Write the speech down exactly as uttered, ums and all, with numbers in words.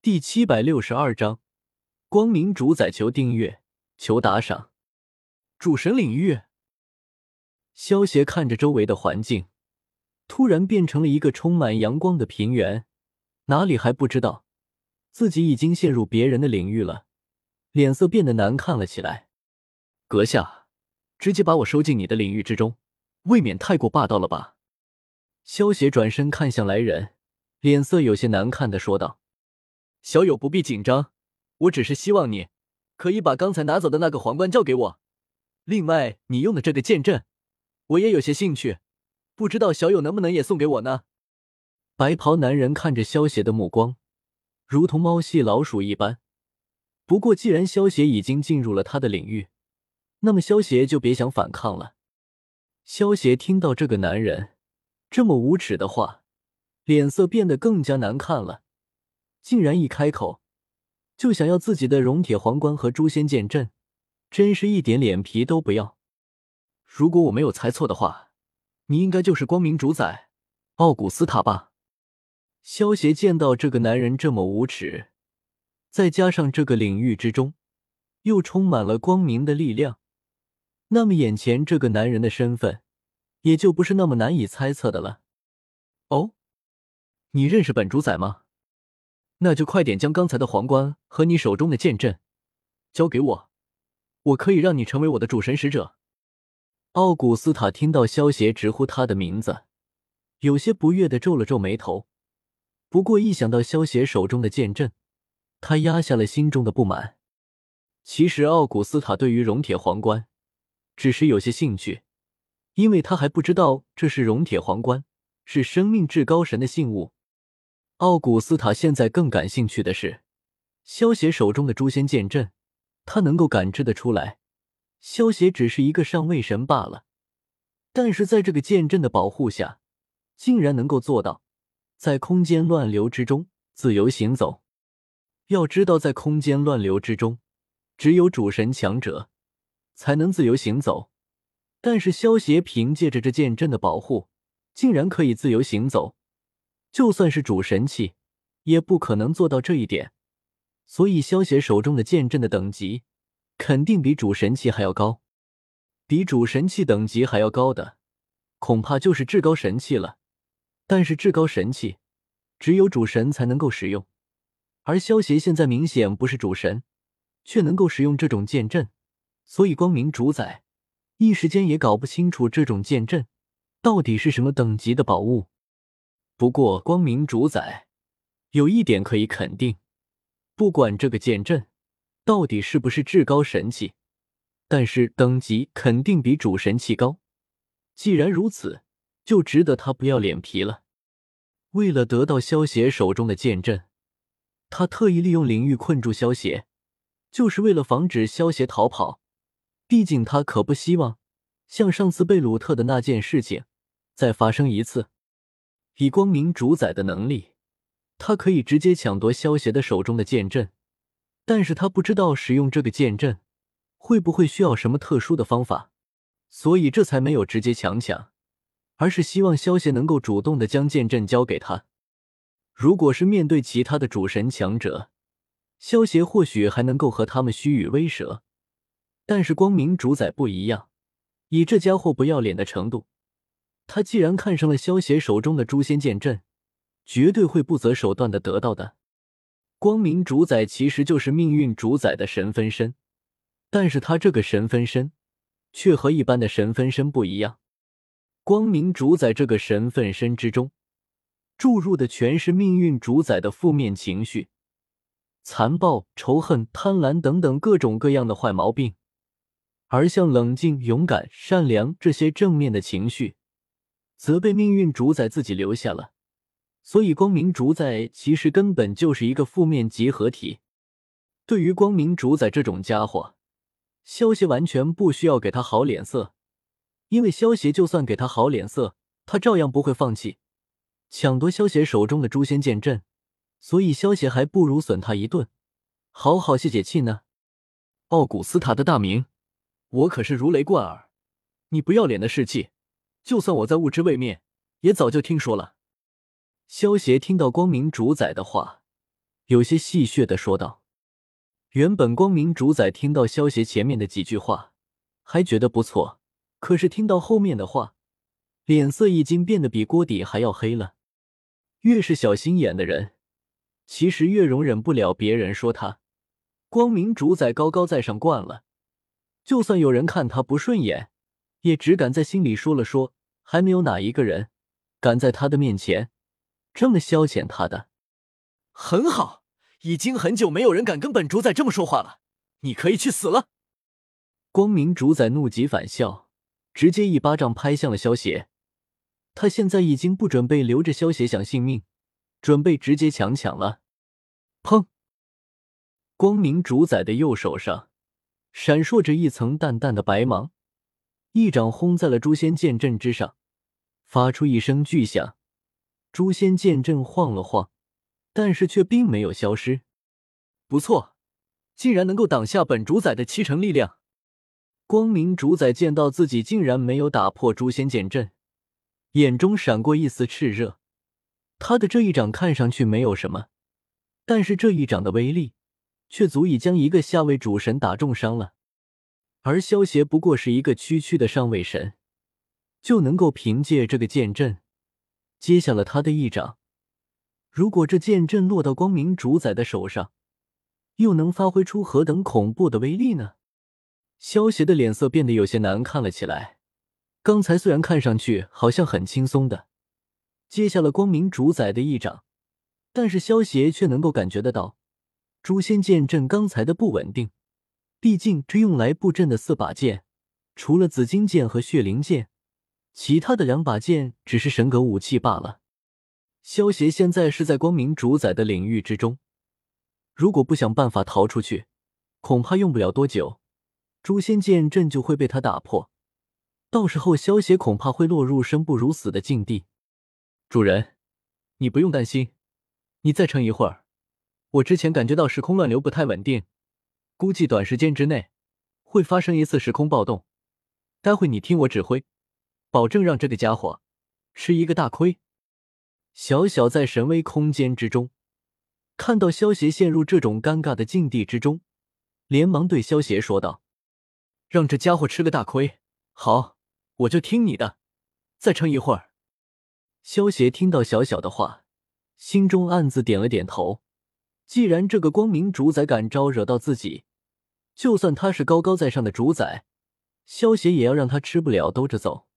第七百六十二章光明主宰，求订阅，求打赏。主神领域。萧协看着周围的环境，突然变成了一个充满阳光的平原，哪里还不知道自己已经陷入别人的领域了，脸色变得难看了起来。阁下，直接把我收进你的领域之中，未免太过霸道了吧？萧协转身看向来人，脸色有些难看地说道。小友不必紧张，我只是希望你可以把刚才拿走的那个皇冠交给我。另外，你用的这个剑阵，我也有些兴趣，不知道小友能不能也送给我呢？白袍男人看着萧协的目光，如同猫戏老鼠一般。不过既然萧协已经进入了他的领域，那么萧协就别想反抗了。萧协听到这个男人这么无耻的话，脸色变得更加难看了。竟然一开口就想要自己的熔铁皇冠和诛仙剑阵，真是一点脸皮都不要。如果我没有猜错的话，你应该就是光明主宰奥古斯塔吧？萧协见到这个男人这么无耻，再加上这个领域之中又充满了光明的力量，那么眼前这个男人的身份也就不是那么难以猜测的了。哦，你认识本主宰吗？那就快点将刚才的皇冠和你手中的剑阵交给我，我可以让你成为我的主神使者。奥古斯塔听到萧协直呼他的名字，有些不悦地皱了皱眉头。不过一想到萧协手中的剑阵，他压下了心中的不满。其实奥古斯塔对于熔铁皇冠只是有些兴趣，因为他还不知道这是熔铁皇冠，是生命至高神的信物。奥古斯塔现在更感兴趣的是萧协手中的诛仙剑阵，他能够感知得出来，萧协只是一个上位神罢了，但是在这个剑阵的保护下，竟然能够做到在空间乱流之中自由行走。要知道在空间乱流之中，只有主神强者才能自由行走，但是萧协凭借着这剑阵的保护，竟然可以自由行走，就算是主神器也不可能做到这一点，所以萧协手中的剑阵的等级肯定比主神器还要高。比主神器等级还要高的恐怕就是至高神器了，但是至高神器只有主神才能够使用，而萧协现在明显不是主神，却能够使用这种剑阵，所以光明主宰一时间也搞不清楚这种剑阵到底是什么等级的宝物。不过光明主宰有一点可以肯定，不管这个剑阵到底是不是至高神器，但是等级肯定比主神器高。既然如此，就值得他不要脸皮了。为了得到萧协手中的剑阵，他特意利用领域困住萧协，就是为了防止萧协逃跑。毕竟他可不希望像上次贝鲁特的那件事情再发生一次。以光明主宰的能力，他可以直接抢夺萧协的手中的剑阵，但是他不知道使用这个剑阵会不会需要什么特殊的方法，所以这才没有直接强抢，而是希望萧协能够主动的将剑阵交给他。如果是面对其他的主神强者，萧协或许还能够和他们虚与委蛇，但是光明主宰不一样，以这家伙不要脸的程度，他既然看上了萧协手中的诛仙剑阵，绝对会不择手段的得到的。光明主宰其实就是命运主宰的神分身，但是他这个神分身却和一般的神分身不一样。光明主宰这个神分身之中注入的全是命运主宰的负面情绪，残暴、仇恨、贪婪等等各种各样的坏毛病，而像冷静、勇敢、善良这些正面的情绪则被命运主宰自己留下了，所以光明主宰其实根本就是一个负面集合体。对于光明主宰这种家伙，萧协完全不需要给他好脸色，因为萧协就算给他好脸色，他照样不会放弃抢夺萧协手中的诛仙剑阵，所以萧协还不如损他一顿，好好泄泄气呢。奥古斯塔的大名，我可是如雷贯耳，你不要脸的事迹，就算我在物质位面也早就听说了。萧协听到光明主宰的话， 有些戏谑地说道。原本光明主宰听到萧协前面的几句话还觉得不错，可是听到后面的话，脸色已经变得比锅底还要黑了。越是小心眼的人，其实越容忍不了别人说他。光明主宰高高在上惯了，就算有人看他不顺眼，也只敢在心里说了说，还没有哪一个人敢在他的面前这么消遣他的。 很好，已经很久没有人敢跟本主宰这么说话了，你可以去死了。 光明主宰怒极反笑，直接一巴掌拍向了萧协。他现在已经不准备留着萧协想性命，准备直接强抢了。砰！光明主宰的右手上闪烁着一层淡淡的白芒，一掌轰在了诛仙剑阵之上，发出一声巨响。诛仙剑阵晃了晃，但是却并没有消失。不错，竟然能够挡下本主宰的七成力量。光明主宰见到自己竟然没有打破诛仙剑阵，眼中闪过一丝炽热。他的这一掌看上去没有什么，但是这一掌的威力却足以将一个下位主神打重伤了。而萧协不过是一个区区的上位神，就能够凭借这个剑阵接下了他的一掌。如果这剑阵落到光明主宰的手上，又能发挥出何等恐怖的威力呢？萧协的脸色变得有些难看了起来。刚才虽然看上去好像很轻松的接下了光明主宰的一掌，但是萧协却能够感觉得到诛仙剑阵刚才的不稳定。毕竟这用来布阵的四把剑，除了紫金剑和血灵剑，其他的两把剑只是神格武器罢了。萧协现在是在光明主宰的领域之中，如果不想办法逃出去，恐怕用不了多久，诛仙剑阵就会被他打破，到时候萧协恐怕会落入生不如死的境地。主人，你不用担心，你再撑一会儿，我之前感觉到时空乱流不太稳定，估计短时间之内会发生一次时空暴动，待会你听我指挥，保证让这个家伙吃一个大亏。小小在神威空间之中，看到萧协陷入这种尴尬的境地之中，连忙对萧协说道：让这家伙吃个大亏，好，我就听你的，再撑一会儿。萧协听到小小的话，心中暗自点了点头。既然这个光明主宰敢招惹到自己，就算他是高高在上的主宰，萧协也要让他吃不了兜着走。